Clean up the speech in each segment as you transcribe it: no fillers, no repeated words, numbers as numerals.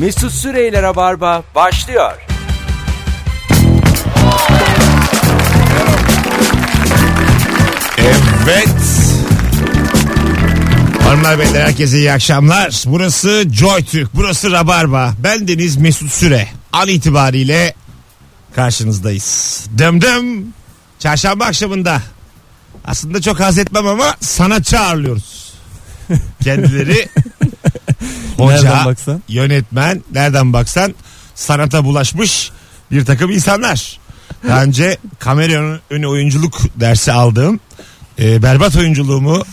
Mesut Süreyler'e Barba başlıyor. Evet. Hanımlar beyler herkese iyi akşamlar. Burası JoyTürk, burası Rabarba. Bendeniz Mesut Süre. An itibariyle karşınızdayız. Dım dım. Çarşamba akşamında. Aslında çok haz etmem ama sanatçı ağırlıyoruz. Kendileri hoca, yönetmen, nereden baksan sanata bulaşmış bir takım insanlar. Daha önce kamera önü oyunculuk dersi aldığım berbat oyunculuğumu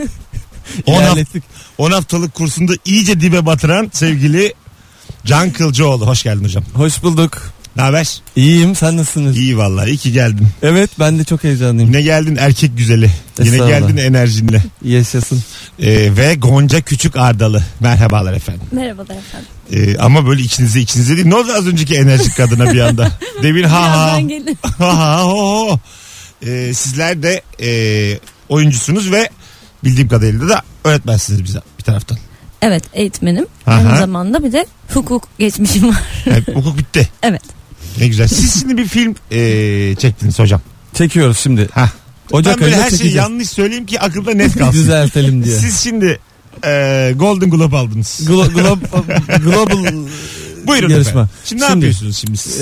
10 haftalık kursunda iyice dibe batıran sevgili Can Kılcıoğlu. Hoş geldin hocam. Hoş bulduk. Ne haber? İyiyim, sen nasılsınız? İyi vallahi, iyi ki geldin. Evet, ben de çok heyecanlıyım. Yine geldin erkek güzeli. Yine geldin enerjinle. Yaşasın. Ve Gonca Küçük Ardalı. Merhabalar efendim. Merhabalar efendim. Ama böyle içinize değil. Ne oldu az önceki enerjik kadına bir anda? Demin ha ha ho. Sizler de oyuncusunuz ve bildiğim kadarıyla da öğretmensiniz bize bir taraftan. Evet, eğitmenim. Aha. Aynı zamanda bir de hukuk geçmişim var. Yani, hukuk bitti. Evet. Ne güzel. Siz şimdi bir film çektiniz hocam. Çekiyoruz şimdi. Hah. Ocak ben böyle ayında her şeyi yanlış söyleyeyim ki akılda net kalsın. Düzeltelim diye. Siz şimdi Golden Globe aldınız. Global buyurun yarışma. Efendim. Şimdi ne yapıyorsunuz şimdi siz?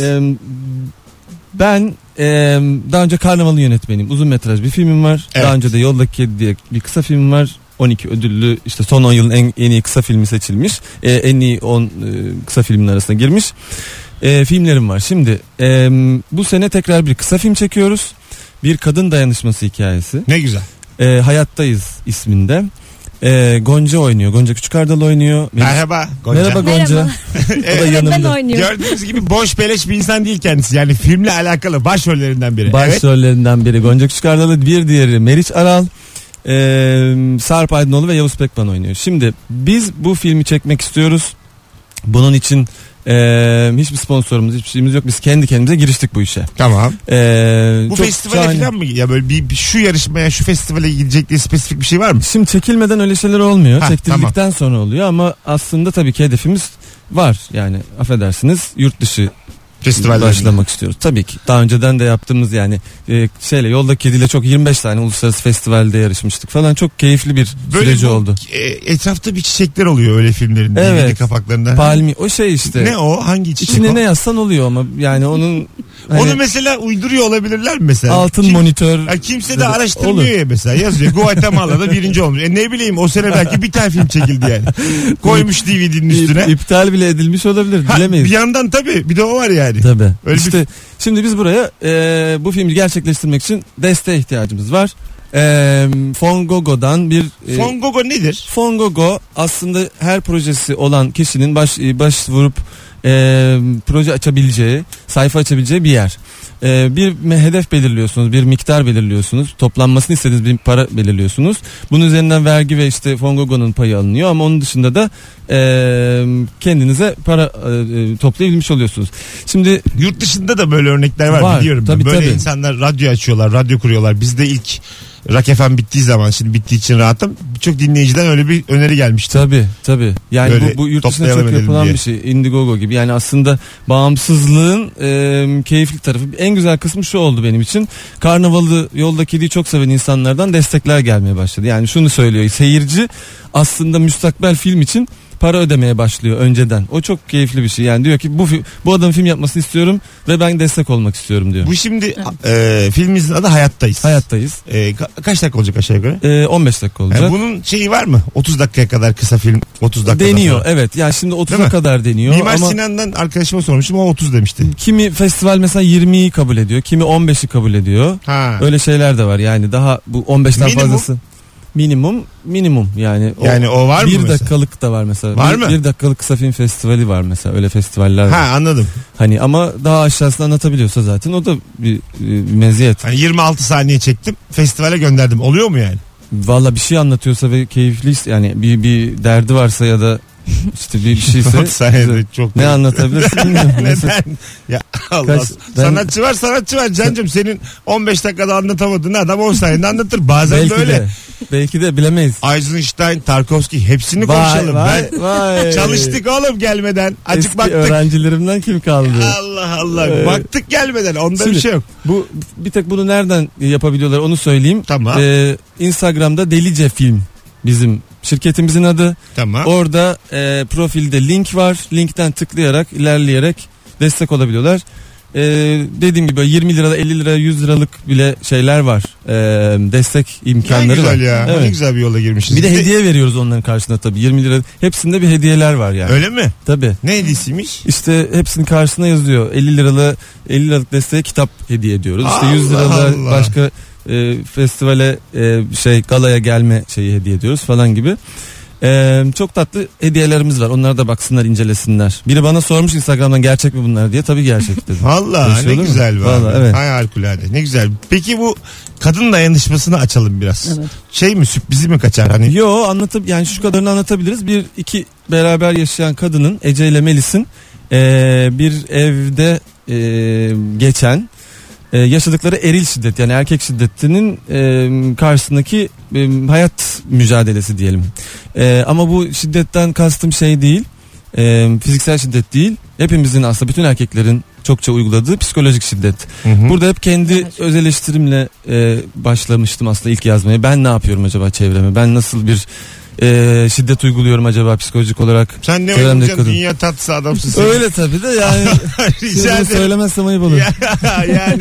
Ben daha önce Karnaval'ın yönetmeniyim. Uzun metraj bir filmim var. Evet. Daha önce de Yoldaki Kedi diye bir kısa film var. 12 ödüllü, işte son 10 yılın en iyi kısa filmi seçilmiş. En iyi 10 kısa filmin arasına girmiş. Filmlerim var. Şimdi bu sene tekrar bir kısa film çekiyoruz. Bir kadın dayanışması hikayesi. Ne güzel. Hayattayız isminde. Gonca oynuyor. Gonca Küçük Ardalı oynuyor. Merhaba Gonca. Merhaba Gonca. O da yanımda. Ben oynuyorum. Gördüğünüz gibi boş beleş bir insan değil kendisi. Yani filmle alakalı başrollerinden biri. Başrollerinden biri Gonca Küçük Ardalı, bir diğeri Meriç Aral. Sarp Aydınoğlu ve Yavuz Pekman oynuyor. Şimdi biz bu filmi çekmek istiyoruz. Bunun için hiçbir sponsorumuz, hiçbir şeyimiz yok. Biz kendi kendimize giriştik bu işe. Tamam. Bu çok festivale şahane. falan mı? Ya böyle bir şu yarışmaya, şu festivale gidecek diye spesifik bir şey var mı? Şimdi çekilmeden öyle şeyler olmuyor. Ha, çektirdikten sonra oluyor ama aslında tabii ki hedefimiz var. Yani affedersiniz, yurt dışı başlamak istiyoruz. Tabii ki. Daha önceden de yaptığımız yani Yoldaki Kedi'yle çok 25 tane uluslararası festivalde yarışmıştık falan. Çok keyifli bir süreci oldu. Etrafta bir çiçekler oluyor öyle filmlerin. Evet. DVD kapaklarında. Palmi o şey işte. Ne o? Hangi çiçek İçine o? ne yazsan oluyor ama yani onun hani onu mesela uyduruyor olabilirler mi mesela? Altın monitör. Kimse de araştırmıyor ya mesela. Yazıyor Guatemala'da birinci olmuş. Ne bileyim o sene belki bir tane film çekildi yani. Koymuş DVD'nin üstüne. İptal bile edilmiş olabilir. Bilemeyiz. Bir yandan tabii bir de o var yani. Tabii. Öyle işte şimdi biz buraya bu filmi gerçekleştirmek için desteğe ihtiyacımız var. Fongogo'dan bir Fongogo nedir? Fongogo aslında her projesi olan kişinin başvurup proje açabileceği, sayfa açabileceği bir yer. Bir hedef belirliyorsunuz, bir miktar belirliyorsunuz, toplanmasını istediğiniz bir para belirliyorsunuz. Bunun üzerinden vergi ve işte Fongogo'nun payı alınıyor ama onun dışında da kendinize para toplayabilmiş oluyorsunuz. Şimdi yurt dışında da böyle örnekler var biliyorum. Tabii, böyle tabii. insanlar radyo açıyorlar, radyo kuruyorlar. Bizde ilk Rock FM bittiği zaman, şimdi bittiği için rahatım. Birçok dinleyiciden öyle bir öneri gelmişti. Tabii. Yani bu yurt dışında çok yapılan diye bir şey. Indiegogo gibi. Yani aslında bağımsızlığın keyifli tarafı. En güzel kısmı şu oldu benim için. Karnaval'ı, Yoldaki Kedi'yi çok seven insanlardan destekler gelmeye başladı. Yani şunu söylüyor. Seyirci aslında müstakbel film için para ödemeye başlıyor önceden. O çok keyifli bir şey. Yani diyor ki bu adamın film yapmasını istiyorum ve ben destek olmak istiyorum diyor. Bu şimdi filmimizin adı Hayattayız. Hayattayız. Kaç dakika olacak aşağı yukarı? 15 dakika olacak. Bunun şeyi var mı? 30 dakikaya kadar kısa film, 30 dakika deniyor. Evet. Yani şimdi 30'a kadar deniyor. Mimar ama Sinan'dan arkadaşıma sormuştum, o 30 demişti. Kimi festival mesela 20'yi kabul ediyor, kimi 15'i kabul ediyor. Ha. Öyle şeyler de var. Yani daha bu 15'ten fazlası. Minimum yani. Yani o var mı mesela? 1 dakikalık da var mesela. Var mı? 1 dakikalık kısa film festivali var mesela. Öyle festivaller var. Ha, anladım. Hani ama daha aşağısını anlatabiliyorsa zaten o da bir meziyet. Hani 26 saniye çektim, festivale gönderdim. Oluyor mu yani? Valla bir şey anlatıyorsa ve keyifli, yani bir derdi varsa ya da işte bir şeyse 10 saniyede çok ne anlatabilirsin bilmiyorum. Neden? Ya Allah. Sanatçı var Cancım, senin 15 dakikada anlatamadığını adam 10 saniyede anlatır. Bazen belki böyle. Belki de bilemeyiz. Eisenstein, Tarkovski hepsini konuşalım. Vay. Çalıştık oğlum gelmeden. Açık Eski baktık. öğrencilerimden kim kaldı? Allah. Baktık gelmeden. Onda Şimdi, bir şey yok. Bu bir tek bunu nereden yapabiliyorlar onu söyleyeyim. Tamam. Instagram'da Delice Film bizim şirketimizin adı. Tamam. Orada profilde link var. Linkten tıklayarak ilerleyerek destek olabiliyorlar. Dediğim gibi 20 lira 50 lira 100 liralık bile şeyler var. Destek imkanları var. Ne güzel ya. Evet. Ne güzel bir yola girmişiz. Bir de hediye veriyoruz onların karşısında tabii 20 lira. Hepsinde bir hediyeler var yani. Öyle mi? Tabii. Ne hediyesiymiş? İşte hepsinin karşısına yazıyor. 50 liralık desteğe kitap hediye ediyoruz. İşte 100 liralık başka festivale galaya gelme şeyi hediye ediyoruz falan gibi. Çok tatlı hediyelerimiz var. Onlara da baksınlar, incelesinler. Biri bana sormuş Instagram'dan gerçek mi bunlar diye. Tabii gerçek dedim. Vallahi ne güzel var. Vallahi, evet. Harikulade. Ne güzel. Peki bu kadın dayanışmasını açalım biraz. Evet. Şey mi, sürprizi mi kaçar hani? Yo, yani şu kadarını anlatabiliriz. İki beraber yaşayan kadının, Ece ile Melis'in bir evde geçen yaşadıkları eril şiddet, yani erkek şiddetinin karşısındaki hayat mücadelesi diyelim. Ama bu şiddetten kastım şey değil, fiziksel şiddet değil. Hepimizin, aslında bütün erkeklerin çokça uyguladığı psikolojik şiddet. Hı. Burada hep kendi öz eleştirimle başlamıştım aslında ilk yazmaya. Ben ne yapıyorum acaba çevreme? Ben nasıl bir şiddet uyguluyorum acaba psikolojik olarak? Sen ne uygulayacaksın? Dünya tatlısı adamsın. Öyle tabii de yani. Söylemezsem ayıp olur. Yani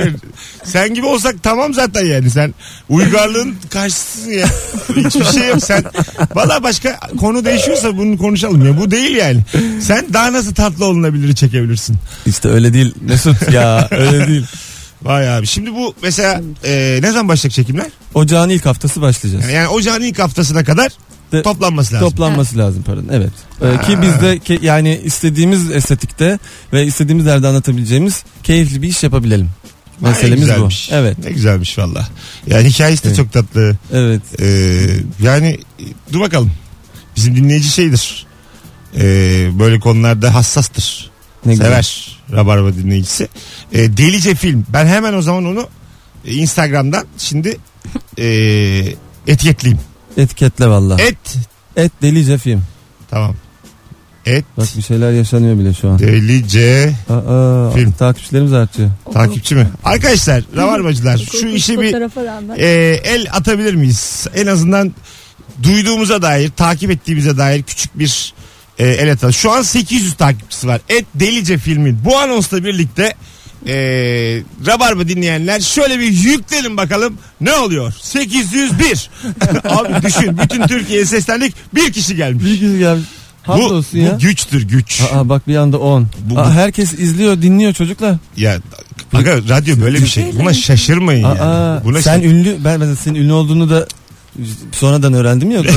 sen gibi olsak tamam zaten yani. Sen uygarlığın karşısısın ya. Hiçbir şey yok. Sen valla başka konu değişiyorsa bunu konuşalım ya. Bu değil yani. Sen daha nasıl tatlı olunabilir çekebilirsin. İşte öyle değil Mesut ya, öyle değil. Vay abi. Şimdi bu mesela ne zaman başlayacak çekimler? Ocağın ilk haftası başlayacağız. Yani ocağın ilk haftasına kadar toplanması lazım. Toplanması lazım paranın. Evet. Ki biz de yani istediğimiz estetikte ve istediğimiz yerde anlatabileceğimiz keyifli bir iş yapabilelim. Meselemiz bu. Evet. Ne güzelmiş valla. Yani hikayesi de çok tatlı. Evet. Yani dur bakalım. Bizim dinleyici şeydir. Böyle konularda hassastır. Ne sever güzel. Rabarba dinleyicisi. Delice Film. Ben hemen o zaman onu Instagram'dan şimdi etiketleyeyim. Etiketle valla. Et Delice Film. Tamam. Bak bir şeyler yaşanıyor bile şu an. Delice Film. Takipçilerimiz artıyor. Takipçi mi? Arkadaşlar, Rabarbacılar şu işe bir el atabilir miyiz? En azından duyduğumuza dair, takip ettiğimize dair küçük bir el atalım. Şu an 800 takipçisi var. Delice Film'in bu anonsla birlikte Rabarba dinleyenler şöyle bir yüklenin bakalım ne oluyor? 801. Abi düşün, bütün Türkiye'ye seslendik, bir kişi gelmiş. Bu güçtür, güç. Bak bir anda 10. Herkes izliyor, dinliyor çocuklar. Ya aga, radyo böyle bir şey. Buna şaşırmayın yani. Buna sen ünlü, ben mesela senin ünlü olduğunu da sonradan öğrendim ya.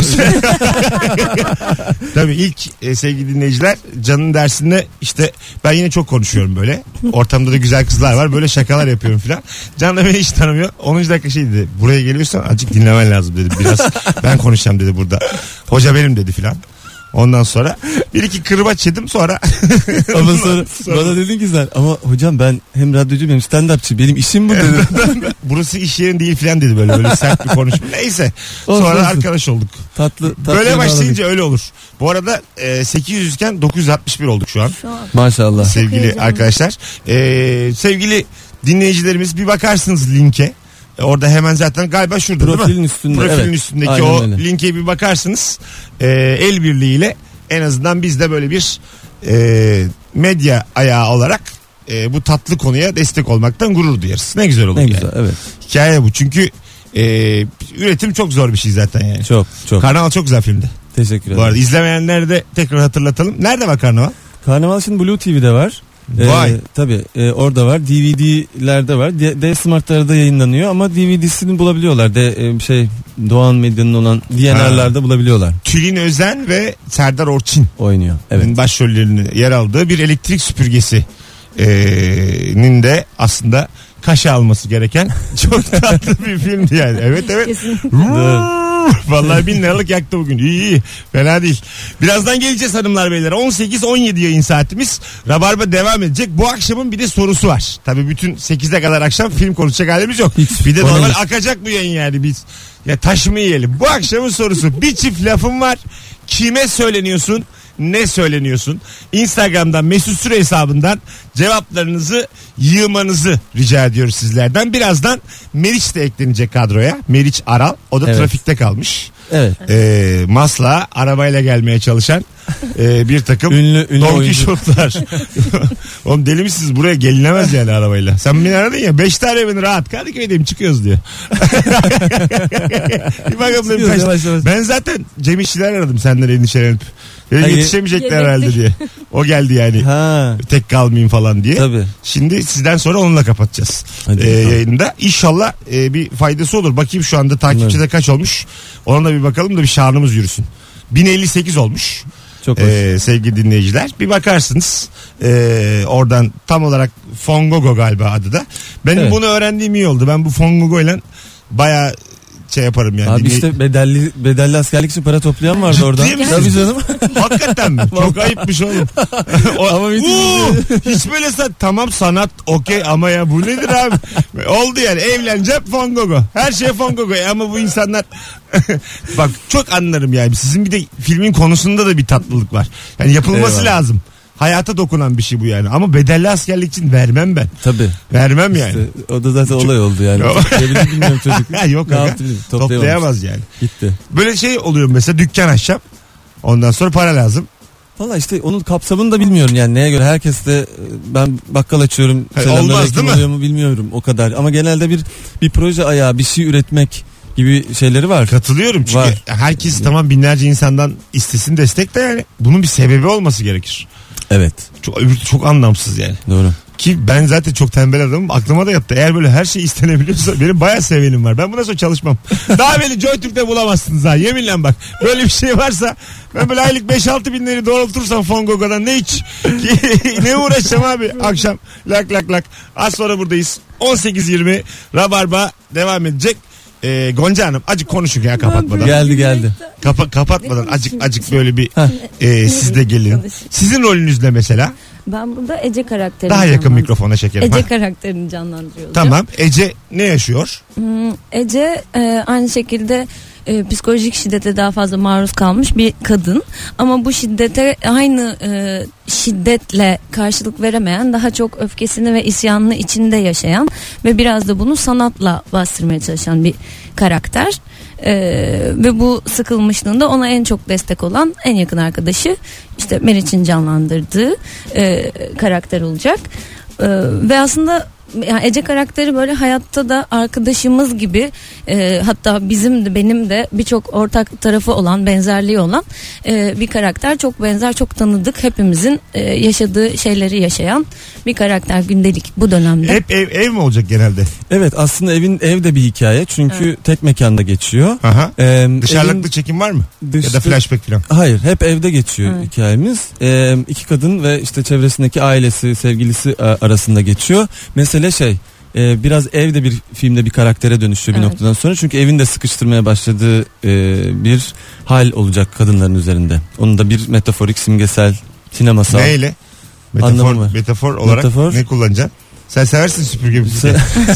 Tabii ilk sevgili dinleyiciler, Can'ın dersinde işte ben yine çok konuşuyorum böyle. Ortamda da güzel kızlar var, böyle şakalar yapıyorum filan. Can da beni hiç tanımıyor. 10. dakika şey dedi. Buraya geliyorsan azıcık dinlemen lazım dedi. Biraz ben konuşacağım dedi burada. Hoca benim dedi filan. Ondan sonra bir iki kırbaç yedim sonra. Ama sonra bana dedin ki sen, ama hocam ben hem radyocuyum hem stand-upçı, benim işim bu dedi. Burası iş yerin değil filan dedi, böyle sert bir konuşma. Neyse sonra arkadaş olduk. Tatlı böyle başlayınca öyle olur. Bu arada 800 iken 961 olduk şu an. Maşallah. Sevgili arkadaşlar. Sevgili dinleyicilerimiz, bir bakarsınız linke. Orada hemen zaten galiba şurada profilin değil mi? Üstünde, profilin üstündeki aynen o öyle. linke bir bakarsınız. El birliğiyle en azından biz de böyle bir medya ayağı olarak bu tatlı konuya destek olmaktan gurur duyarız. Ne güzel olur yani. Güzel, evet. Hikaye bu. Çünkü üretim çok zor bir şey zaten yani. Çok. Karnaval çok güzel filmdi. Teşekkür ederim. Bu arada izlemeyenlere de tekrar hatırlatalım. Nerede var Karnaval? Karnaval şimdi Blue TV'de var. Vay. Tabii orada var. DVD'lerde var. D-Smart'larda yayınlanıyor ama DVD'sini bulabiliyorlar. Doğan Medya'nın olan DNR'larda bulabiliyorlar. Tülin Özen ve Serdar Orçin oynuyor. Evet. Başrollerini yer aldığı bir elektrik süpürgesinin de aslında kaşe alması gereken çok tatlı bir filmdi yani. Evet. Vallahi 1000 liralık yaktı bugün. İyi. Fena değil. Birazdan geleceğiz hanımlar beyler. 18-17 yayın saatimiz. Rabarba devam edecek. Bu akşamın bir de sorusu var. Tabii bütün 8'e kadar akşam film konuşacak halimiz yok. Bir de normal akacak bu yayın yani biz. Ya taş mı yiyelim? Bu akşamın sorusu. Bir çift lafım var. Kime söyleniyorsun? Ne söyleniyorsun? Instagram'dan Mesut Süre hesabından cevaplarınızı yığmanızı rica ediyoruz sizlerden. Birazdan Meriç de eklenecek kadroya. Meriç Aral. O da trafikte kalmış. Evet. Masla arabayla gelmeye çalışan bir takım ünlü Don Kişotlar. Oğlum deli misiniz? Buraya gelinemez yani arabayla. Sen beni aradın ya 5 tane beni rahat. Kadıköy'deyim çıkıyoruz diyor. Bir bakalım dedim, ben zaten Cem İşçiler aradım senden endişelenip. Yetişemeyecekler herhalde diye. O geldi yani. Tek kalmayayım falan diye. Tabii. Şimdi sizden sonra onunla kapatacağız. Yayında. İnşallah bir faydası olur. Bakayım şu anda takipçide kaç olmuş. Ona da bir bakalım da bir şanımız yürüsün. 1058 olmuş. Çok sevgili dinleyiciler. Bir bakarsınız. Oradan tam olarak Fongogo galiba adı da. Benim bunu öğrendiğim iyi oldu. Ben bu Fongogo ile bayağı şey yaparım yani. Abi işte bedelli askerlik için para toplayan vardı orada. Tabii canım. Hakikaten mi? Çok ayıpmış oğlum. Ama hiç böyle tamam sanat okey ama ya bu nedir abi? Oldu yani evleneceğim Fongogo. Her şey Fongogo ama bu insanlar bak çok anlarım yani. Sizin bir de filmin konusunda da bir tatlılık var. Yani yapılması lazım. Hayata dokunan bir şey bu yani. Ama bedelli askerlik için vermem ben. Tabii. Vermem yani. İşte, o da zaten olay oldu yani. Bilmiyorum çocuk. Yok toplayamaz yani. Gitti. Böyle şey oluyor mesela dükkan açacağım. Ondan sonra para lazım. Valla işte onun kapsamını da bilmiyorum yani neye göre. Herkes de ben bakkal açıyorum. Olmaz değil mi? Oluyor mu bilmiyorum o kadar. Ama genelde bir proje ayağı bir şey üretmek gibi şeyleri var. Katılıyorum çünkü herkes tamam binlerce insandan istesin destek de yani bunun bir sebebi olması gerekir. Evet. Çok anlamsız yani. Doğru. Ki ben zaten çok tembel adamım. Aklıma da yattı. Eğer böyle her şey istenebiliyorsa benim bayağı sevenim var. Ben bundan sonra çalışmam. Daha beni JoyTürk'te bulamazsınız ha. Yeminle bak. Böyle bir şey varsa ben böyle aylık 5-6 bin lirayı doğrultursam Fongogo'dan ne hiç. Ne uğraşacağım abi akşam. Lak. Az sonra buradayız. 18:20 Rabarba devam edecek. Gonca Hanım acık konuşun ya kapatmadan. Geldi. Kapatmadan acık böyle bir siz de gelin. Sizin rolünüz ne mesela? Ben burada Ece karakterini daha yakın mikrofona şekerim. Ece karakterini canlandırıyorum. Tamam. Ece ne yaşıyor? Ece aynı şekilde psikolojik şiddete daha fazla maruz kalmış bir kadın. Ama bu şiddete aynı şiddetle karşılık veremeyen, daha çok öfkesini ve isyanını içinde yaşayan ve biraz da bunu sanatla bastırmaya çalışan bir karakter. Ve bu sıkılmışlığında ona en çok destek olan en yakın arkadaşı işte Meriç'in canlandırdığı karakter olacak. Ve aslında yani Ece karakteri böyle hayatta da arkadaşımız gibi, hatta bizim de benim de birçok ortak tarafı olan, benzerliği olan bir karakter. Çok benzer, çok tanıdık, hepimizin yaşadığı şeyleri yaşayan bir karakter gündelik bu dönemde. Hep ev mi olacak genelde? Evet, aslında evde bir hikaye çünkü tek mekanda geçiyor. Dışarılıklı çekim var mı? Ya da flashback falan? Hayır, hep evde geçiyor hikayemiz. İki kadın ve işte çevresindeki ailesi, sevgilisi arasında geçiyor. Mesela biraz evde bir filmde bir karaktere dönüşüyor bir noktadan sonra. Çünkü evin de sıkıştırmaya başladığı bir hal olacak kadınların üzerinde. Onun da bir metaforik, simgesel, sinemasal. Neyle? Metafor olarak ne kullanacaksın? Sen seversin süpürge bizi.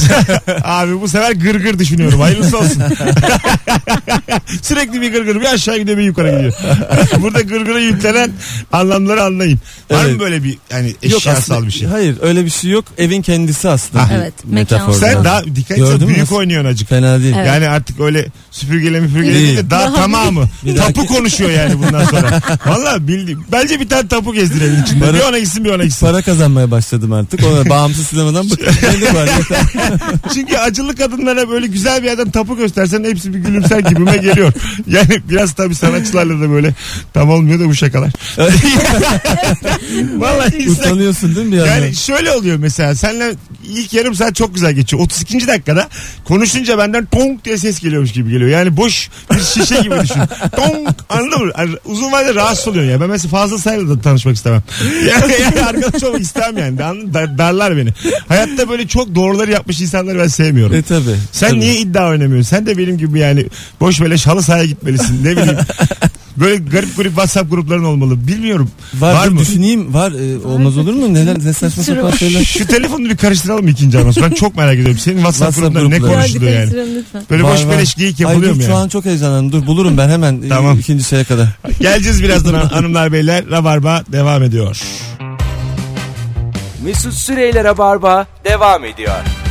Abi bu sefer gırgır düşünüyorum. Hayırlısı olsun. Sürekli bir gırgır. Bir aşağı gidiyor bir yukarı gidiyor. Burada gırgıra yüklenen anlamları anlayın. Var mı böyle bir yani eşyasal bir şey? Hayır, öyle bir şey yok. Evin kendisi aslında. Evet, metafor. Sen daha dikkat etsen büyük oynuyorsun acık. Fena değil. Evet. Yani artık öyle süpürgeyle değil de daha tamamı. Tapu konuşuyor yani bundan sonra. Valla bildim. Bence bir tane tapu gezdirelim içinde. Bir ona gitsin bir ona gitsin. Para kazanmaya başladım artık. Ona bağımsız sinemadan Çünkü acılı kadınlara böyle güzel bir yerden tapu göstersen hepsi bir gülümser gibime geliyor. Yani biraz tabii sanatçılarla da böyle tam olmuyor da bu şakalar. Vallahi utanıyorsun değil mi bir yandan? Yani şöyle oluyor mesela senle ilk yarım saat çok güzel geçiyor. 32. dakikada konuşunca benden tonk diye ses geliyormuş gibi geliyor. Yani boş bir şişe gibi düşün. Tonk, anladın mı? Yani uzun vadede rahatsız oluyor ya. Ben mesela Fazıl Say'la da tanışmak istemem. Yani arkadaş olmak istemem yani. Darlar beni. Hayatta böyle çok doğruları yapmış insanları ben sevmiyorum. Tabii. Sen tabii. niye iddia oynamıyorsun? Sen de benim gibi yani boş beleş halı sahaya gitmelisin. Ne bileyim. Böyle garip WhatsApp grupların olmalı. Bilmiyorum. Var mı? Düşüneyim. Var. Olmaz olur mu? Ne saçma sapan şeyler. Şu telefonu bir karıştıralım ikinci anons. Ben çok merak ediyorum. Senin WhatsApp grubunda ne konuşuluyor yani? Böyle Var, boş beleş geyik yapılıyor mu yani? Şu an çok heyecanlandım. Dur bulurum ben hemen tamam. ikinci şeye kadar. Geleceğiz birazdan hanımlar beyler. Rabarba devam ediyor. Mesut Süreyle Rabarba devam ediyor.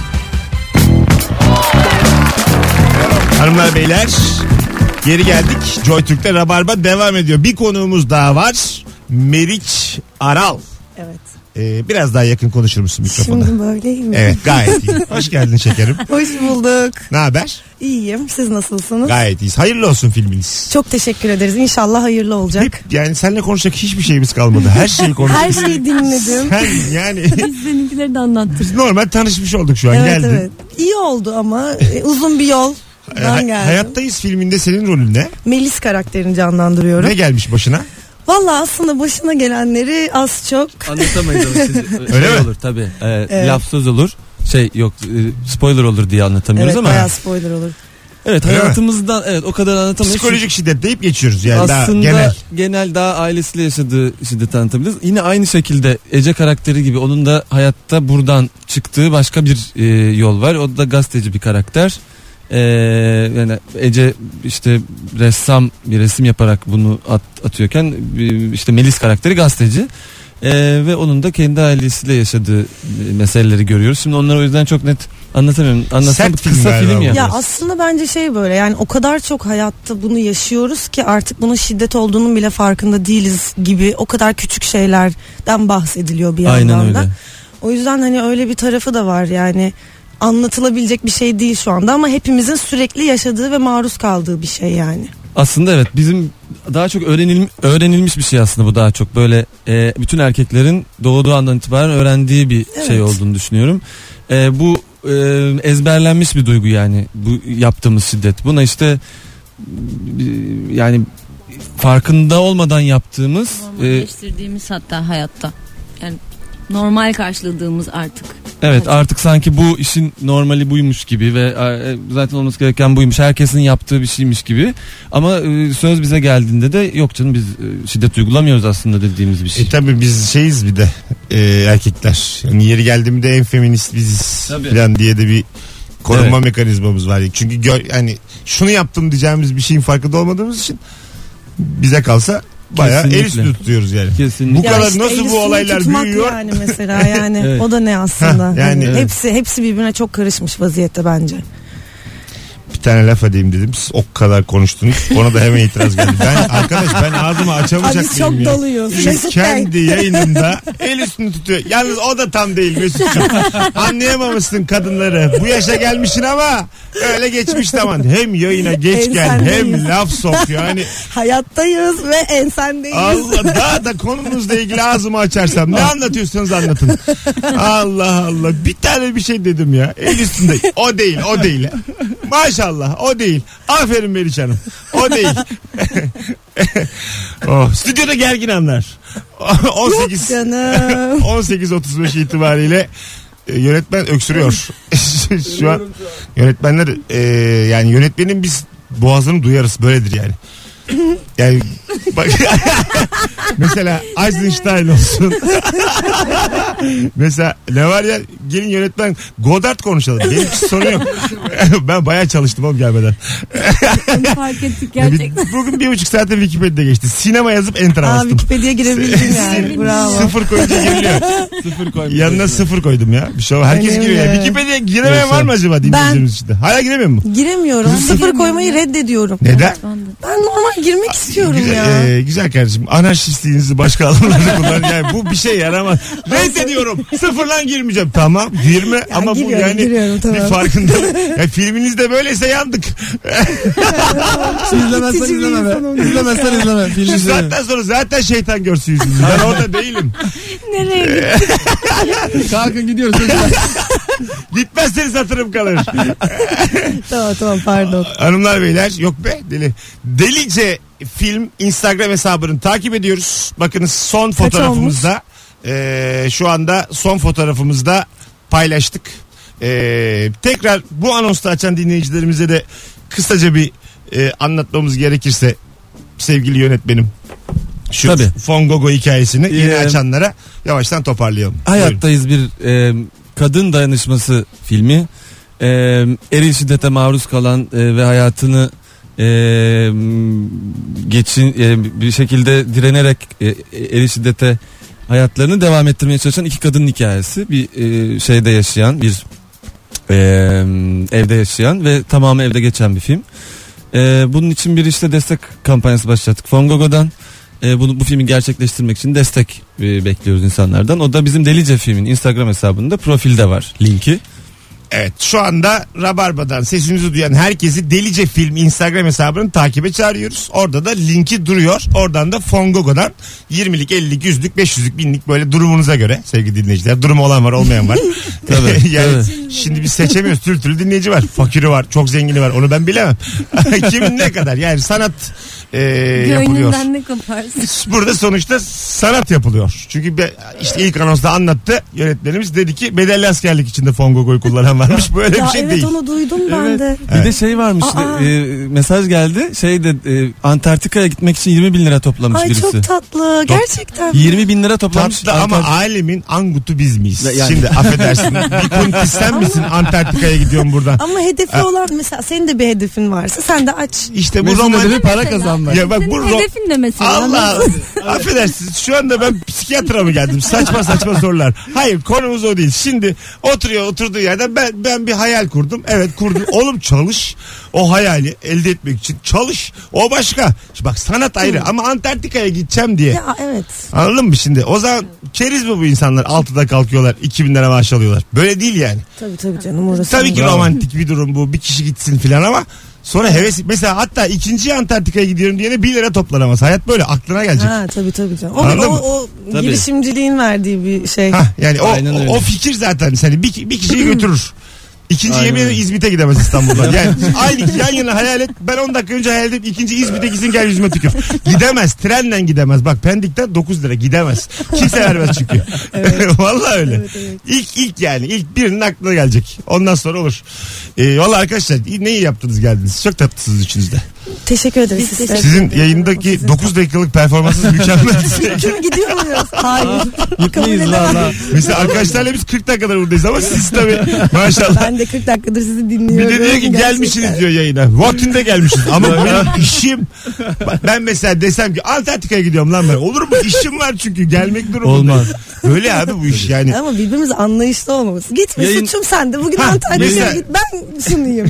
Hanımlar beyler geri geldik. Joy Türk'te Rabarba devam ediyor. Bir konuğumuz daha var. Meriç Aral. Evet. Biraz daha yakın konuşur musun mikrofona? Şimdi böyleyim mi? Evet, gayet iyi. Hoş geldin şekerim. Hoş bulduk. Ne haber? İyiyim. Siz nasılsınız? Gayet iyiyiz. Hayırlı olsun filminiz. Çok teşekkür ederiz. İnşallah hayırlı olacak. Hep, yani seninle konuşacak hiçbir şeyimiz kalmadı. Her şeyi konuştuk. Her şeyi dinledim. Sen yani Biz seninkileri de anlattık. biz normal tanışmış olduk şu an. Evet Geldin. evet. İyi oldu ama uzun bir yoldan geldim. Hayattayız filminde senin rolün ne? Melis karakterini canlandırıyorum. Ne gelmiş başına? Valla aslında başına gelenleri az çok. Anlatamayız ama Öyle mi? olur tabii. Evet. Laf söz olur. Spoiler olur diye anlatamıyoruz Evet ama. bayağı spoiler olur. Evet, Öyle hayatımızdan o kadar anlatamıyoruz. Psikolojik şiddet deyip geçiyoruz yani Aslında daha genel daha ailesiyle yaşadığı şiddeti anlatabiliriz. Yine aynı şekilde Ece karakteri gibi onun da hayatta buradan çıktığı başka bir yol var. O da gazeteci bir karakter. Yani Ece işte ressam bir resim yaparak bunu atıyorken işte Melis karakteri gazeteci. Ve onun da kendi ailesiyle yaşadığı meseleleri görüyoruz. Şimdi onları o yüzden çok net anlatamıyorum. Anlatsam Sert film kısa galiba film bu. ya. Ya aslında bence şey böyle yani o kadar çok hayatta bunu yaşıyoruz ki artık bunun şiddet olduğunun bile farkında değiliz gibi o kadar küçük şeylerden bahsediliyor bir yandan Aynen da. öyle. O yüzden hani öyle bir tarafı da var yani anlatılabilecek bir şey değil şu anda ama hepimizin sürekli yaşadığı ve maruz kaldığı bir şey yani. Aslında evet, bizim daha çok öğrenilmiş bir şey aslında bu, daha çok böyle bütün erkeklerin doğduğu andan itibaren öğrendiği bir şey olduğunu düşünüyorum. Bu ezberlenmiş bir duygu yani bu yaptığımız şiddet. Buna işte yani farkında olmadan yaptığımız Normalleştirdiğimiz hatta hayatta. Yani normal karşıladığımız artık. evet, artık sanki bu işin normali buymuş gibi ve zaten olması gereken buymuş, herkesin yaptığı bir şeymiş gibi, ama söz bize geldiğinde de yok canım biz şiddet uygulamıyoruz aslında dediğimiz bir şey. Tabii biz şeyiz bir de erkekler. Yani yeri geldiğimde en feminist biziz falan diye de bir korunma mekanizmamız var. Çünkü hani şunu yaptım diyeceğimiz bir şeyin farkında olmadığımız için bize kalsa bayağı el üstü tutuyoruz yani. Kesinlikle. Bu kadar işte nasıl bu olaylar büyüyor? Yani mesela yani Evet. o da ne aslında? Yani hani hepsi birbirine çok karışmış vaziyette bence. Bir tane laf edeyim dedim. Siz o kadar konuştunuz. Ona da hemen itiraz geldi. Ben ağzımı açamayacak Abi çok mıyım ya? doluyuz. Şu Mesut kendi yayınında el üstünü tutuyor. Yalnız o da tam değil Mesut'cum. Anlayamamışsın kadınları. Bu yaşa gelmişsin ama öyle geçmiş zaman. Hem yayına geç gel hem Ensendeyiz. laf sokuyor. Hani Hayattayız ve ensendeyiz. Allah, daha da konumuzla ilgili ağzımı açarsam ne anlatıyorsanız anlatın. Allah Allah, bir tane bir şey dedim ya. El üstünde. O değil. Maşallah o değil. Aferin Meriç Hanım. O değil. Stüdyoda gergin anlar. 18 canım. 18.35 itibariyle yönetmen öksürüyor. Şu an yönetmenler yani yönetmenin biz boğazını duyarız, böyledir yani. Yani bak, mesela Eisenstein olsun. Mesela ne var ya, gelin yönetmen Godard konuşalım. Benim hiç sorun yok. Ben bayağı çalıştım oğlum gelmeden. Onu fark ettik gerçekten. Bugün 1,5 saate Wikipedia'da geçti. Sinema yazıp enter bastım. Wikipedia'ya girebildin yani. Bravo. Sıfır koyunca giriliyor. Sıfır koymuş. Yanına sıfır koydum ya. Bir şey var. Herkes Önemli. giriyor ya. Wikipedia'ya giremeyen var mı acaba dinleyicilerimiz içinde? Hala giremiyor mu? Giremiyorum. Sıfır koymayı reddediyorum. Neden? Ben normal girmek istiyorum Güzel, ya. güzel kardeşim. Anarşistliğinizi başka alanlarda kullanın. Yani bu bir şey yaramaz. Reddediyorum. Sıfırlan girmeyeceğim. Tamam girme ama bu yani giriyorum, tamam. bir farkındalık. Ya filminiz de böyleyse yandık. İzlemezsen İtici bir izleme insanım. be. İzlemezsen izleme. Film Şu izleme. saatten sonra zaten şeytan görsün yüzünüzü. Ben orada değilim. Nereye gittik? Kalkın gidiyoruz çocuklar. Gitmezseniz hatırım kalır. Tamam pardon. Hanımlar beyler, yok be deli. Delice film Instagram hesabını takip ediyoruz. Bakınız son fotoğrafımızda şu anda son fotoğrafımızda paylaştık. Tekrar bu anonsta açan dinleyicilerimize de kısaca bir anlatmamız gerekirse sevgili yönetmenim. Şu Tabii. Fongogo hikayesini yeni açanlara yavaştan toparlayalım. Hayattayız bir kadın dayanışması filmi. Eril şiddete maruz kalan ve hayatını bir şekilde direnerek eril şiddete hayatlarını devam ettirmeye çalışan iki kadının hikayesi. Bir şeyde yaşayan, bir evde yaşayan ve tamamı evde geçen bir film. Bunun için bir işte destek kampanyası başlattık Fongogo'dan. Bu filmi gerçekleştirmek için destek bekliyoruz insanlardan. O da bizim Delice Film'in Instagram hesabında profilde var linki. Evet, şu anda Rabarba'dan sesimizi duyan herkesi Delice Film Instagram hesabını takibe çağırıyoruz. Orada da linki duruyor. Oradan da Fongogo'dan 20'lik, 50'lik, 100'lük, 500'lük, 1000'lik böyle durumunuza göre sevgili dinleyiciler. Durumu olan var, olmayan var. Tabii, yani tabii. Şimdi biz seçemiyoruz. Türlü dinleyici var. Fakiri var, çok zengini var. Onu ben bilemem. Kimin ne kadar? Yani sanat yapılıyor. Gönlünden ne koparsın? Burada sonuçta sanat yapılıyor. Çünkü işte ilk anonsta anlattı yönetmenimiz, dedi ki bedelli askerlik içinde Fongogo'yu kullanan varmış. Böyle bir şey evet, değil. Evet, onu duydum ben de. Bir de şey varmış, mesaj geldi. Antarktika'ya gitmek için 20 bin lira toplamış Ay birisi. çok tatlı gerçekten. 20 bin lira toplamış. Tatlı ama alemin angutu biz miyiz? Yani. Şimdi affedersin. Bir kuntis sen misin Antarktika'ya gidiyorum buradan? Ama hedefi olan, mesela senin de bir hedefin varsa sen de aç. İşte bu Mesut'un roman... hedefi para kazanmak. Ya bak Senin bu hedefin de mesela. Allah affedersiniz, şu anda ben psikiyatra mı geldim? Saçma sorular. Hayır, konumuz o değil. Şimdi oturduğu yerden ben bir hayal kurdum. Evet, kurdum. Oğlum çalış. O hayali elde etmek için çalış. O başka. Şimdi bak, sanat ayrı ama Antarktika'ya gideceğim diye. Ya evet. Anladın mı şimdi? O zaman keriz mi bu insanlar? 6'da kalkıyorlar, 2000 lira maaş alıyorlar. Böyle değil yani. Tabii canım, orası. Tabii ki Bravo. romantik bir durum bu. Bir kişi gitsin filan ama sonra heves, mesela hatta ikinci Antarktika'ya gidiyorum diyene 1 lira toplanamaz. Hayat böyle, aklına gelecek. Ha tabii canım. Anladın mı? O Tabii. girişimciliğin verdiği bir şey. Yani Aynen öyle. o fikir zaten seni bir kişiyi götürür. İkinci Aynen yemin ederim öyle. İzmit'e gidemez İstanbul'dan. Yani aynı yan yana hayal et. Ben 10 dakika önce hayal edip ikinci İzmit'e gitsin, gel yüzüme tükür. Gidemez. Trenle gidemez. Bak, Pendik'ten 9 lira gidemez. Kimse vermez çünkü. Vallahi öyle. Evet. İlk birinin aklına gelecek. Ondan sonra olur. Vallahi arkadaşlar, neyi yaptınız geldiniz. Çok tatlısınız üçünüz de. Teşekkür ederiz. Sizin yayındaki 9 dakikalık performansınız mükemmel. Kim gidiyor muyuz? Hayır. Gitmeyiz valla. Mesela arkadaşlar biz 40 dakikadır buradayız ama siz tabii maşallah. Ben de 40 dakikadır sizi Bir dinliyorum. de diyor ki gelmişsiniz diyor yayına. Vaktinde gelmişiz. Ama benim işim. Ben mesela desem ki Antarktika'ya gidiyorum lan ben. Olur mu? İşim var çünkü. Gelmek durumunda. Olmaz. Öyle abi bu iş yani. Ama birbirimize anlayışlı olmamız. Gitme Yayın- suçum sende. Bugün Ha, Antalya'ya mesela- git. Ben sunayım.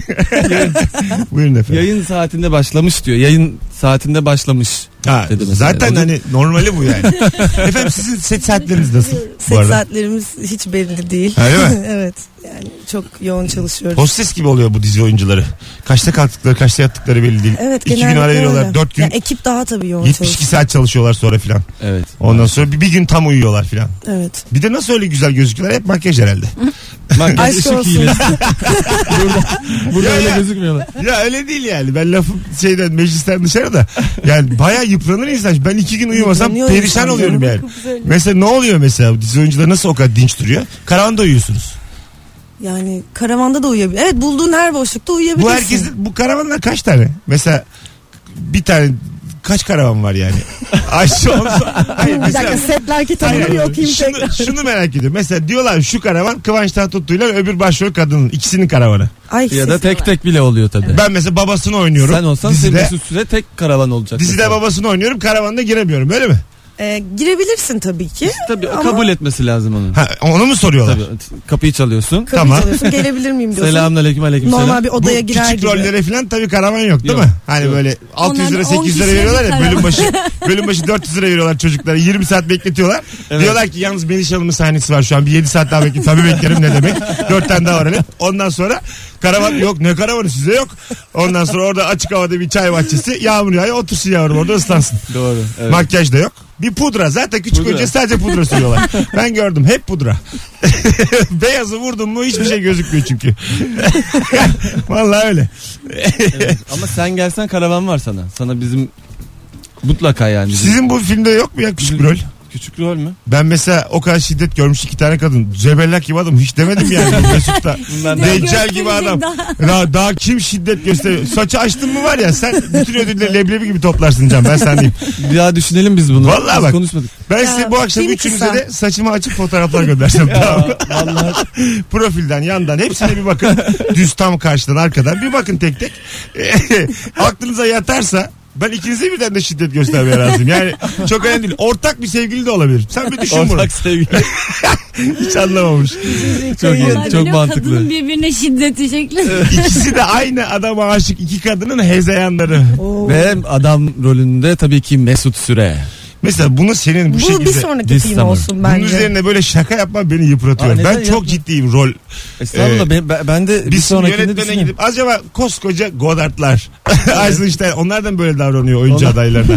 Buyurun efendim. Yayın saatinde başlamış diyor. Yayın saatinde başlamış. Ha, dedi mesela. zaten O da- hani normali bu yani. Efendim sizin set saatleriniz nasıl? Bu Set arada. saatlerimiz hiç belli değil. Öyle mi? Evet. Yani çok yoğun çalışıyoruz. Hostes gibi oluyor bu dizi oyuncuları. Kaçta kalktıkları, kaçta yattıkları belli değil. Evet, 2 gün genellikle ara veriyorlar. öyle. 4 gün. Yani ekip daha tabii yoğun 72 çalışıyor. saat çalışıyorlar sonra filan. Evet. Ondan sonra bir gün tam uyuyorlar filan. Evet. Bir de nasıl öyle güzel gözüküyorlar? Hep makyaj herhalde. Bak Aşk ışık olsun. hilesi. Burada Ya, öyle ya. gözükmüyorlar. Ya öyle değil yani. Ben lafım meclisten dışarıda. Yani bayağı yıpranır insan. Ben 2 gün uyumasam Yıpranıyor perişan insan oluyorum canım. yani. Mesela ne oluyor mesela? Dizi oyuncuları nasıl o kadar dinç duruyor? Karavanda uyuyorsunuz. Yani karavanda da uyuyabilir. Evet, bulduğun her boşlukta uyuyabilirsin. Bu herkesin, bu karavanlar kaç tane? Mesela bir tane, kaç karavan var yani? Ayşe olsa. Hayır, Bir mesela, dakika, setler kitabını hayır, bir okuyayım şunu, tekrar. şunu merak ediyorum. Mesela diyorlar şu karavan Kıvanç Tatlıtuğ'yla öbür başrol kadının, ikisinin karavanı. Ay, Ya da tek tek bile oluyor tabii. Ben mesela babasını oynuyorum. Sen olsan dizide, Mesut Süre tek karavan olacak. dizide mesela. babasını oynuyorum, karavanda giremiyorum, öyle mi? girebilirsin tabii ki. Tabii Ama- kabul etmesi lazım onu. Ha, onu mu soruyorlar? Tabii kapıyı çalıyorsun. Kapıyı Tamam. çalıyorsun, gelebilir miyim diyorsun. Selamünaleyküm, aleykümselam. Normal bir odaya Bu girer küçük gibi. rollere falan tabii karavan yok değil Yok, mi? Hani yok. böyle 600 lira Onlar 800 lira 10 veriyorlar ya, kişilik bölüm başı 400 lira veriyorlar çocuklara, 20 saat bekletiyorlar. Evet. Diyorlar ki yalnız Meliş Hanım'ın sahnesi var şu an, bir 7 saat daha bekleyin. Tabii beklerim, ne demek? 4 tane daha var hele. Ondan sonra karavan yok, ne karavanı size yok. Ondan sonra orada açık havada bir çay bahçesi, yağmur yağıyor, otursun yavrum orada ıslansın. Doğru. Evet. Makyaj da yok. Bir pudra. Zaten küçük Pudra. önce sadece pudra sürüyorlar. Ben gördüm. Hep pudra. Beyazı vurdun mu hiçbir şey gözükmüyor çünkü. Vallahi öyle. Evet. Ama sen gelsen karavan var sana. Sana bizim mutlaka yani. Bizim Sizin bu filmde yok mu ya küçük bir rol? Küçük rol mü? Ben mesela o kadar şiddet görmüş 2 tane kadın. Zebellak gibi adam hiç demedim yani. Mesut'ta. Deccal gibi adam. Daha kim şiddet gösteriyor? Saçı açtın mı var ya sen bütün ödülleri leblebi gibi toplarsın Can, ben sen diyeyim. Bir daha düşünelim biz bunu. Vallahi biz bak. Konuşmadık. Ben Ya, size bu akşam film üçünüze kısa. de saçımı açıp fotoğraflar göndersem. Tamam. Profilden, yandan hepsine bir bakın. Düz, tam karşıdan, arkadan bir bakın tek tek. Aklınıza yatarsa ben ikinize birden de şiddet göstermeye razıyım. Yani çok önemli değil. Ortak bir sevgili de olabilir. Sen bir düşün bunu. Ortak sevgili. Hiç anlamamış. Çok iyi. Onlar Çok böyle mantıklı. Kadının birbirine şiddeti şekli. İkisi de aynı adama aşık, iki kadının hezeyanları. Ve adam rolünde tabii ki Mesut Süre. Mesela bunu senin bu Bu şekilde... bir sonraki This film summer. olsun Bunun bence. üzerine böyle şaka yapman beni yıpratıyor. Aa, neden Ben çok yapma? ciddiyim rol. Estağfurullah ben de bir Biz sonrakinde yönetmene düşünüyorum. gidip acaba koskoca Godard'lar, Eisenstein onlardan böyle davranıyor oyuncu adaylarına.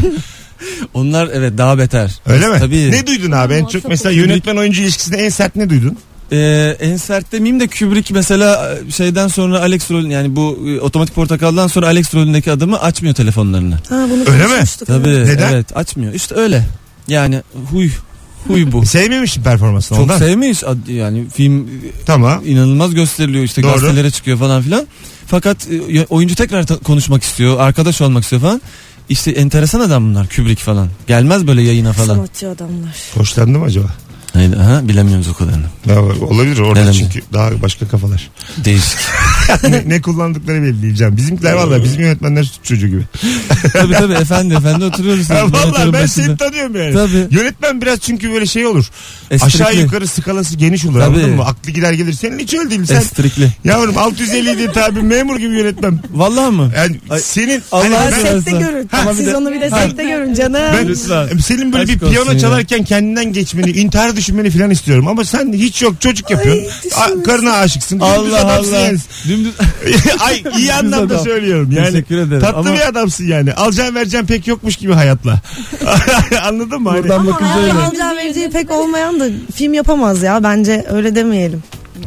Onlar evet daha beter. Öyle mi? Tabii. Ne duydun abi? En çok mesela yönetmen oyuncu ilişkisinde en sert ne duydun? En sert demeyeyim de Kubrick mesela şeyden sonra Alex rolü, yani bu Otomatik Portakal'dan sonra Alex rolündeki adamı açmıyor telefonlarını. Ha, bunu Öyle mi? konuşmuştuk. Tabii. Neden? Evet, açmıyor. İşte öyle. Yani huy bu. Sevmemişsin performansını Çok ondan. sevmiş yani film Tamam. inanılmaz gösteriliyor işte, Doğru. gazetelere çıkıyor falan filan. Fakat oyuncu tekrar konuşmak istiyor, arkadaş olmak istiyor falan. İşte enteresan adam bunlar, Kubrick falan. Gelmez böyle yayına falan. Sanatçı adamlar. Hoşlandı mı acaba? Hayır, bilemiyoruz o kadarını. Ya, olabilir orada Neden? çünkü daha başka kafalar. Değişik. ne kullandıkları belli değil Can. Bizimkiler vallahi bizim yönetmenler süt çocuğu gibi. tabii efendi oturuyoruz. Ha, vallahi Monitörün ben başında. seni tanıyorum yani. Tabii. Yönetmen biraz çünkü böyle şey olur. Estrikli. Aşağı yukarı skalası geniş olur, Tabii. anladın mı? Aklı gider gelir. Senin hiç öyle değil. Sen Estrikli. yavrum 650 diye tabi memur gibi yönetmen. Vallahi mı? Yani Ay, senin Allah hani razı ben, olsun. Sette görün. Ha, Siz bir de- onu bir de Ha. sette görün canım. ben Lütfen. senin böyle Aşk bir piyano olsun ya. çalarken kendinden geçmeni, intihar düşünmeni falan istiyorum. Ama sen hiç yok, çocuk yapıyorsun. düşünmüyorsun. Karına aşıksın. Dümdüz Allah adamsın Allah. yani. Dümdüz. Ay iyi anlamda adam. söylüyorum. Yani Teşekkür ederim. tatlı Ama- bir adamsın yani. Alacağın vereceğin pek yokmuş gibi hayatla. Anladın mı? Hani? Buradan bakınca öyle. Alacağı vereceği pek olmayan da film yapamaz ya. Bence öyle demeyelim.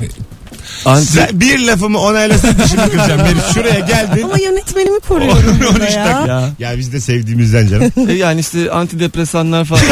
Sen bir lafımı onaylasın dişimi kıracağım. Beni şuraya geldin. Ama yönetmenimi koruyorum 13 burada ya. dakika. Ya biz de sevdiğimizden canım. Yani işte antidepresanlar falan.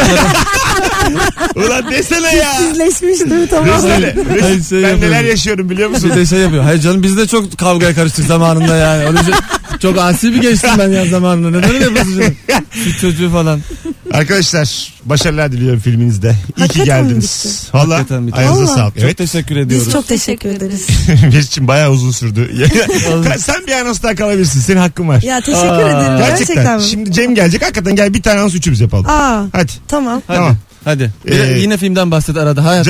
Ulan desene ya. Sizleşmiştim tamam. Desene. Hayır, şey Ben yapıyorum. neler yaşıyorum biliyor musun? Bir de şey yapıyor. Hayır canım, biz de çok kavgaya karıştık zamanında yani. Öyle çok asi bir geçtim ben ya zamanında. Neden öyle yapıyorsun canım? Süt çocuğu falan. Arkadaşlar başarılar diliyorum filminizde. İyi ki Hakikaten geldiniz. bitti. Valla Hakikaten bitti. ayağınıza Vallahi. sağlık. Çok Evet. teşekkür ediyoruz. Biz çok teşekkür ederiz. Biz için bayağı uzun sürdü. Sen bir anons daha kalabilirsin. Senin hakkın var. Ya teşekkür ederim. Gerçekten. mi? Şimdi Cem gelecek. Hakikaten gel bir tane anons üçümüz yapalım. Aa Hadi. tamam. Hadi. Tamam. Hadi. Bir de yine filmden bahset arada. Hayat.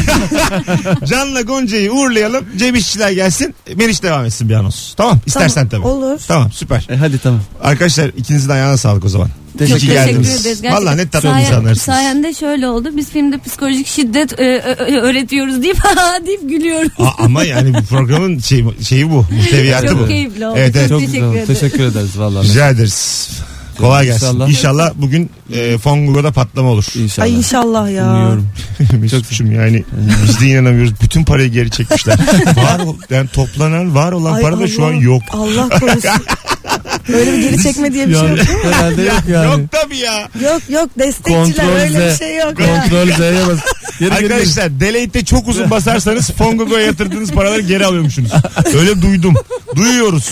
Can'la Gonca'yı uğurlayalım. Cem İşçiler gelsin. Meriç devam etsin bir anons. Tamam. İstersen tabii. Olur. Tamam süper. Hadi tamam. Arkadaşlar ikinizin de ayağına sağlık o zaman. Teşekkür İyi ki ederim. geldiniz. Teşekkür ederiz. Gerçekten Vallahi ne tatlı insanlarsınız. Sayende şöyle oldu. Biz filmde psikolojik şiddet öğretiyoruz deyip deyip gülüyoruz. Ama yani bu programın şeyi bu. Muhteviyatı bu. Çok keyifli oldu. Evet, evet. Çok Teşekkür güzel. ederim. Teşekkür ederiz vallahi. Rica ederiz. Kolay gelsin. İnşallah. İnşallah bugün Fongo'da patlama olur. İnşallah. Ay inşallah ya. Umuyorum. Mesut'cum yani biz de inanamıyoruz. Bütün parayı geri çekmişler. Yani toplanan var olan Ay para da şu Allah, an yok. Allah korusun. Böyle bir geri çekme diye bir şey yok değil mi? Herhalde yok yani. Yok tabii ya. Yok destekçiler Kontrol öyle bir Z. şey yok ya. Kontrol Z'ye bas. Geri geri. Arkadaşlar delete'de çok uzun basarsanız Fongo'ya yatırdığınız paraları geri alıyormuşsunuz. Öyle duydum. Duyuyoruz.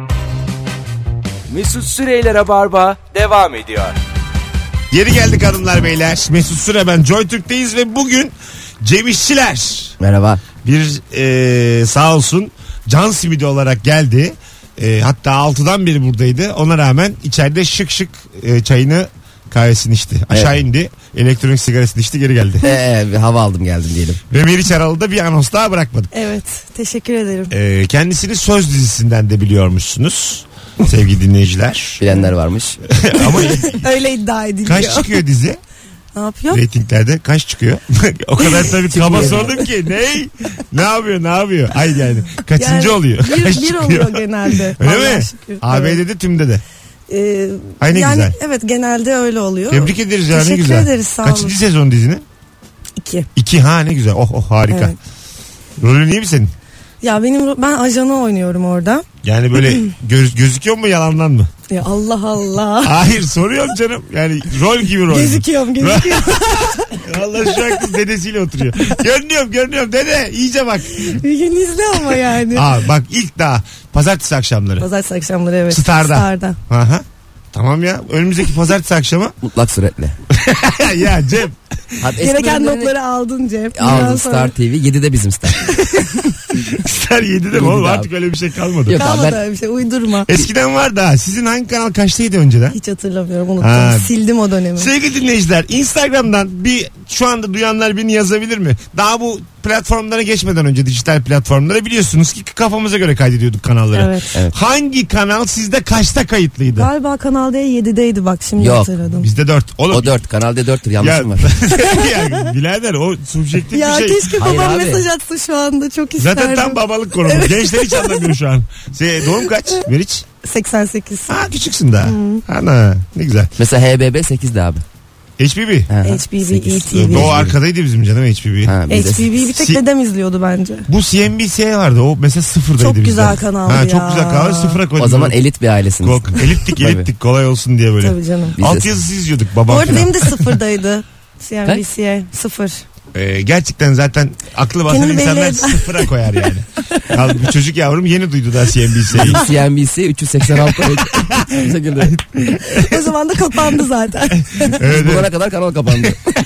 Mesut Süreyler'e barba devam ediyor. Geri geldik hanımlar beyler. Mesut Süre ben. Joy Türk'teyiz ve bugün Cem İşçiler. Merhaba. Bir sağ olsun can simidi olarak geldi. Hatta 6'dan beri buradaydı. Ona rağmen içeride şık şık çayını kahvesini içti. Aşağı indi. Elektronik sigarasını içti, geri geldi. Bir hava aldım geldim diyelim. Ve Meriç Aralı'da bir anons daha bırakmadık. Evet teşekkür ederim. Kendisini Söz dizisinden de biliyormuşsunuz. Sevgili dinleyiciler. Bilenler varmış. Ama Öyle iddia ediliyor. kaç çıkıyor dizi? Ne yapıyor? Reytinglerde kaç çıkıyor? O kadar tabii kaba sordum ki. Ne yapıyor? Ay yani. Kaçıncı Yani oluyor? Bir Kaç çıkıyor? oluyor genelde. Öyle Allah'a mi? şükür. ABD'de Evet. de tümde de. Ay ne yani güzel. evet genelde öyle oluyor. Tebrik ederiz ya, ne Teşekkür güzel. ederiz, sağ Kaçıncı olun. sezon dizinin? 2. 2 ha, ne güzel. Oh harika. Evet. Rolün iyi mi senin? Ya ben ajanı oynuyorum orada. Yani böyle gözüküyor mu yalandan mı? Ya Allah Allah. Hayır soruyorum canım. Yani rol gibi rol. Gözüküyorum. Vallahi şu an kız dedesiyle oturuyor. Görünüyorum dede iyice bak. Bir gün izle ama yani. Bak ilk daha pazartesi akşamları. Pazartesi akşamları evet. Star'da. Aha. Tamam ya önümüzdeki pazartesi akşamı. Mutlak suretle. Ya Cem. Gereken notları aldın Cem. Aldın Star TV 7'de bizim Star. Star 7'de mi oğlum artık öyle bir şey kalmadı. Yok Kalmadı abi, öyle bir şey uydurma. Eskiden vardı ha. Sizin hangi kanal kaçtaydı önceden? Hiç hatırlamıyorum unuttum. Sildim o dönemi. Sevgili dinleyiciler Instagram'dan şu anda duyanlar beni yazabilir mi? Daha bu platformlara geçmeden önce dijital platformlara biliyorsunuz ki kafamıza göre kaydediyorduk kanalları. Evet. Hangi kanal sizde kaçta kayıtlıydı? Galiba Kanal D 7'deydi bak şimdi Yok. hatırladım. Bizde 4. Oğlum, o 4 kanalda 4'tür yanlışım var. ya birader o subjektif Ya bir şey. keşke Hayır babam abi. mesaj atsa şu anda çok isterdim. Zaten tam babalık konumu. Gençler hiç anlamıyor şu an. Doğum kaç Meriç? 88. Küçüksün daha. Ana ne güzel. Mesela HBB 8'de abi. HBB. HBB, ETV. O arkadaydı bizim canım HBB. HBB'yi bir tek dedem izliyordu bence. Bu CNBC vardı o mesela sıfırdaydı Çok bizde. güzel kanaldı ya. Çok güzel kanal sıfıra koyduk. O zaman elit bir ailesiniz. Elittik kolay olsun diye böyle. Tabii canım. Altyazısız izliyorduk Bu babam arada falan. benim de sıfırdaydı. CNBC'ye 0. Gerçekten zaten aklı basan Kendini insanlar belli eder. sıfıra koyar yani. Al, bu çocuk yavrum yeni duydu daha CNBC'yi. CNBC 386 bu şekilde. O zaman da kapandı zaten. Evet, Bulana kadar kanal kapandı.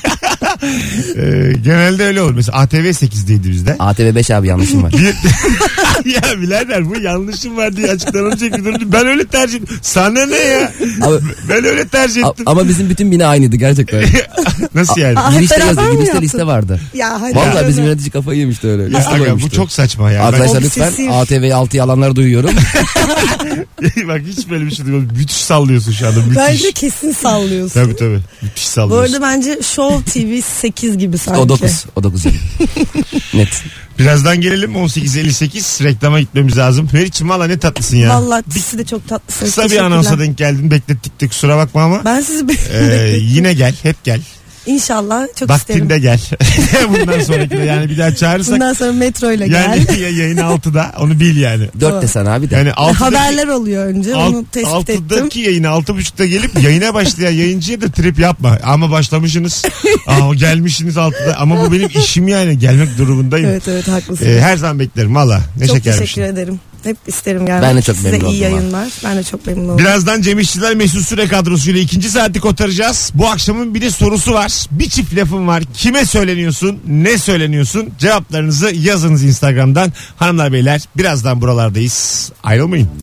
genelde öyle olur. Mesela ATV 8'deydi bizde. ATV 5 abi yanlışım var. Ya birader bu yanlışım var diye açıklanacak bir durum. Ben öyle tercih ettim. Sana ne ya? Abi, Ben öyle tercih ettim. ama bizim bütün bina aynıydı gerçekten. Nasıl yani? Girişte beraber yazıyor. mi Girişte yaptın? liste vardı. Ya hadi. Vallahi bizim yönetici kafayı yemişti öyle. Liste Aga, bu koymuştu. çok saçma ya. Arkadaşlar Ben- lütfen Obsesif. ATV 6 yalanlar duyuyorum. Bak hiç böyle bir şey değil. Müthiş sallıyorsun şu anda. Müthiş. Bence kesin sallıyorsun. Tabii. Müthiş Bu sallıyorsun. arada bence Show TV 8 gibi sanki. O 9. O 9 yani. Net. Birazdan gelelim 18.58 reklama gitmemiz lazım. Meriç'im valla ne tatlısın ya. Vallahi ikisi de çok tatlısınız. Kısa bir Teşekkürler. anonsa denk geldin beklettik de kusura bakma ama. Ben sizi Yine gel hep gel. İnşallah çok Vaktinde isterim. gel. Bundan sonraki de yani bir daha çağırırsak. Bundan sonra metro ile Yani gel. yayın 6'da onu bil yani. 4 desen abi de. Yani 6'daki, Haberler oluyor önce onu tespit ettim. 6'daki yayını 6.30'da gelip yayına başlayan yayıncıya da trip yapma. Ama başlamışsınız. Gelmişsiniz 6'da. Ama bu benim işim yani. Gelmek durumundayım. Evet haklısın. Her zaman beklerim valla. Ne çok şekermiş. teşekkür ederim. Hep isterim gelmek. Ben de çok Size memnun iyi oldum yayınlar. Ben de çok memnun oldum. Birazdan Cem İşçiler Mesut Süre kadrosuyla 2. saati kotaracağız. Bu akşamın bir de sorusu var. Bir çift lafım var. Kime söyleniyorsun? Ne söyleniyorsun? Cevaplarınızı yazınız Instagram'dan. Hanımlar beyler birazdan buralardayız. Ayrılmayın.